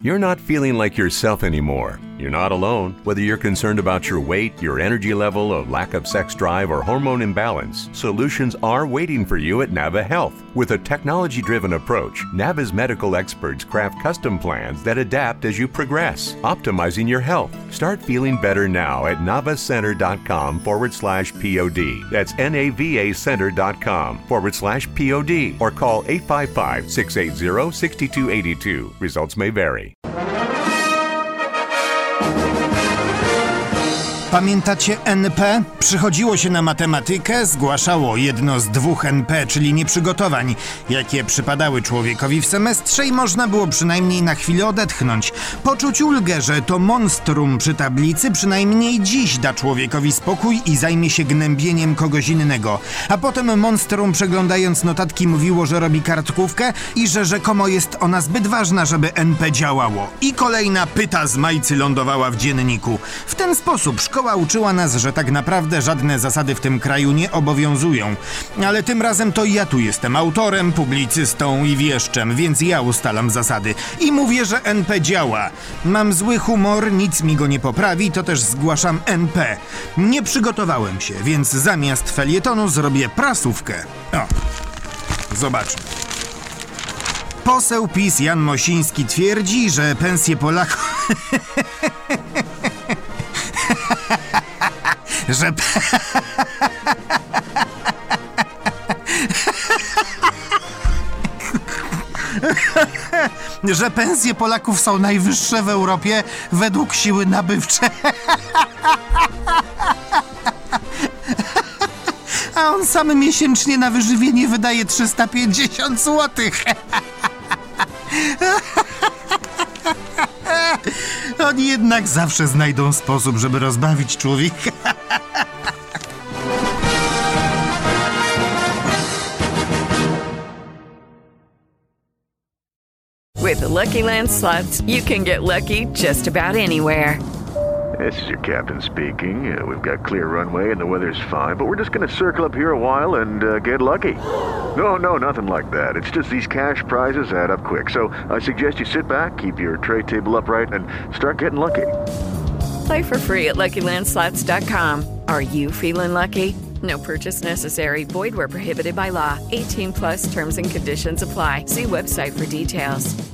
You're not feeling like yourself anymore. You're not alone. Whether you're concerned about your weight, your energy level, a lack of sex drive, or hormone imbalance, solutions are waiting for you at Nava Health. With a technology-driven approach, Nava's medical experts craft custom plans that adapt as you progress, optimizing your health. Start feeling better now at navacenter.com/POD. That's NAVAcenter.com/POD or call 855-680-6282. Results may vary. Pamiętacie NP? Przychodziło się na matematykę, zgłaszało jedno z dwóch NP, czyli nieprzygotowań, jakie przypadały człowiekowi w semestrze i można było przynajmniej na chwilę odetchnąć. Poczuć ulgę, że to monstrum przy tablicy przynajmniej dziś da człowiekowi spokój i zajmie się gnębieniem kogoś innego. A potem monstrum, przeglądając notatki, mówiło, że robi kartkówkę i że rzekomo jest ona zbyt ważna, żeby NP działało. I kolejna pyta z Majcy lądowała w dzienniku. W ten sposób szkoła uczyła nas, że tak naprawdę żadne zasady w tym kraju nie obowiązują. Ale tym razem to ja tu jestem autorem, publicystą i wieszczem, więc ja ustalam zasady. I mówię, że NP działa. Mam zły humor, nic mi go nie poprawi, to też zgłaszam NP. Nie przygotowałem się, więc zamiast felietonu zrobię prasówkę. O, zobaczmy. Poseł PiS Jan Mosiński twierdzi, że pensje Polaków... że pensje Polaków są najwyższe w Europie według siły nabywczej. A on sam miesięcznie na wyżywienie wydaje 350 zł. Oni jednak zawsze znajdą sposób, żeby rozbawić człowieka. With the Lucky Land Slots, you can get lucky just about anywhere. This is your captain speaking. We've got clear runway and the weather's fine, but we're just going to circle up here a while and get lucky. No, nothing like that. It's just these cash prizes add up quick. So I suggest you sit back, keep your tray table upright, and start getting lucky. Play for free at LuckyLandSlots.com. Are you feeling lucky? No purchase necessary. Void where prohibited by law. 18+ terms and conditions apply. See website for details.